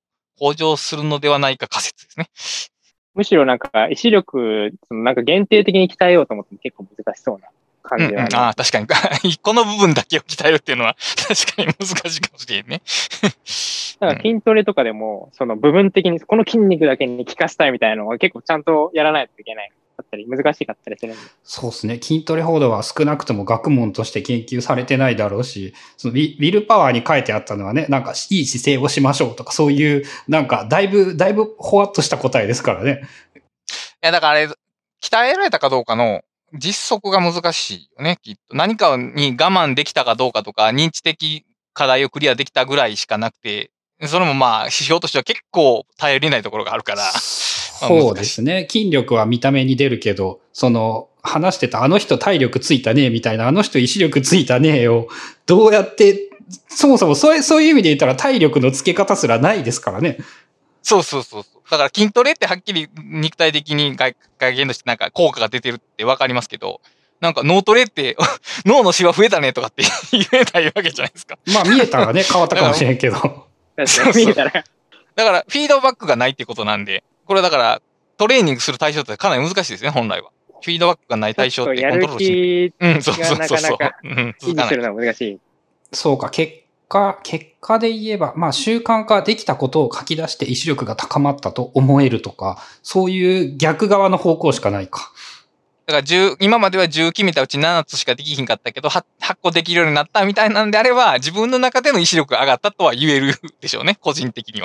向上するのではないか仮説ですね。 むしろなんか、意志力、そのなんか限定的に鍛えようと思っても結構難しそうな感じは、ねうんうん、ああ、確かに。この部分だけを鍛えるっていうのは確かに難しいかもしれんね。 なんか筋トレとかでも、その部分的にこの筋肉だけに効かせたいみたいなのは結構ちゃんとやらないといけないかったり、難しかったりするんで。 そうですね。筋トレほどは少なくとも学問として研究されてないだろうし、そのウィルパワーに書いてあったのはね、なんかいい姿勢をしましょうとか、そういう、なんかだいぶ、だいぶほわっとした答えですからね。 いや、だからあれ、鍛えられたかどうかの実測が難しいよね、きっと。何かに我慢できたかどうかとか、認知的課題をクリアできたぐらいしかなくて、それもまあ、指標としては結構頼りないところがあるから。 そうですね。筋力は見た目に出るけど、その、話してたあの人体力ついたね、みたいな、あの人意志力ついたね、を、どうやって、そもそもそういう、そういう意味で言ったら体力のつけ方すらないですからね。 そうそうそう。だから筋トレってはっきり肉体的に外見としてなんか効果が出てるってわかりますけど、なんか脳トレって脳のシワ増えたねとかって言えないわけじゃないですか。 まあ見えたらね、変わったかもしれんけど。 確かに見えたら。 だからフィードバックがないってことなんで、これはだからトレーニングする対象ってかなり難しいですね、本来は。フィードバックがない対象ってコントロールしない。うん、そうそうそうそう。 維持するのは難しい。 そうか、結果、結果で言えば、まあ習慣化できたことを書き出して意志力が高まったと思えるとか、そういう逆側の方向しかないか。 だからじゅう、今まではじゅう決めたうちななつしかできひんかったけど、はち個できるようになったみたいなんであれば、自分の中での意志力が上がったとは言えるでしょうね、個人的には。 うん。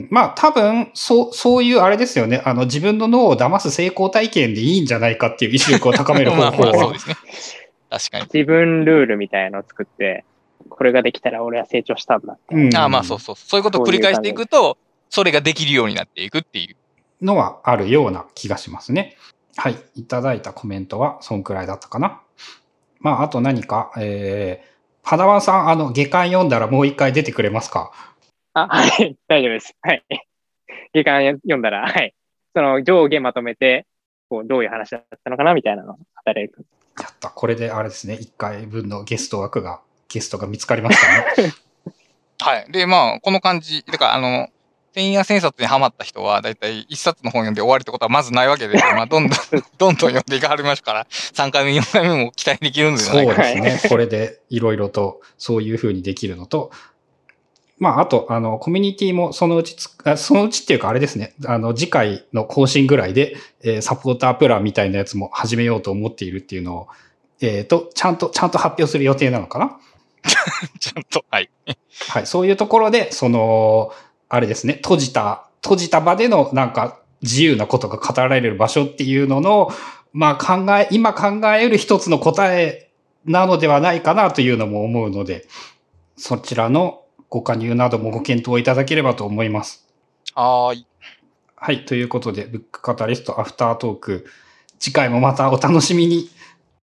まあ多分、そう、そういうあれですよね。あの、自分の脳を騙す成功体験でいいんじゃないかっていう意志力を高める方法は。 まあまあそうですね。確かに。 自分ルールみたいなのを作って、これができたら俺は成長したんだって。 うん、 ああまあそうそう。そういうことを繰り返していくと、それができるようになっていくっていう。 のはあるような気がしますね。はい。いただいたコメントは、そんくらいだったかな。まあ、あと何か、えー、パダワンさん、あの、下巻読んだらもう一回出てくれますか？ あ、はい。大丈夫です。はい。下巻読んだら、はい。その上下まとめて、こう、どういう話だったのかなみたいなのを語れる。 やった。これであれですね。一回分のゲスト枠が、ゲストが見つかりましたね。 はい。で、まあ、この感じ。だから、あの、千夜千冊にハマった人は、だいたい一冊の本読んで終わりってことはまずないわけで、まあ、どんどん、どんどん読んでいかはりますから、さんかいめ、よんかいめも期待できるんじゃないかな。 そうですね。これでいろいろとそういう風にできるのと、まあ、あと、あの、コミュニティもそのうちつ、そのうちっていうかあれですね、あの、次回の更新ぐらいで、えー、サポータープランみたいなやつも始めようと思っているっていうのを、えっと、ちゃんと、ちゃんと発表する予定なのかな？ ちゃんと、はい。 はい。そういうところで、その、あれですね、閉じた、閉じた場でのなんか自由なことが語られる場所っていうのの、まあ考え、今考える一つの答えなのではないかなというのも思うので、そちらのご加入などもご検討いただければと思います。 はーい。 はい。ということで、ブックカタリストアフタートーク、次回もまたお楽しみに。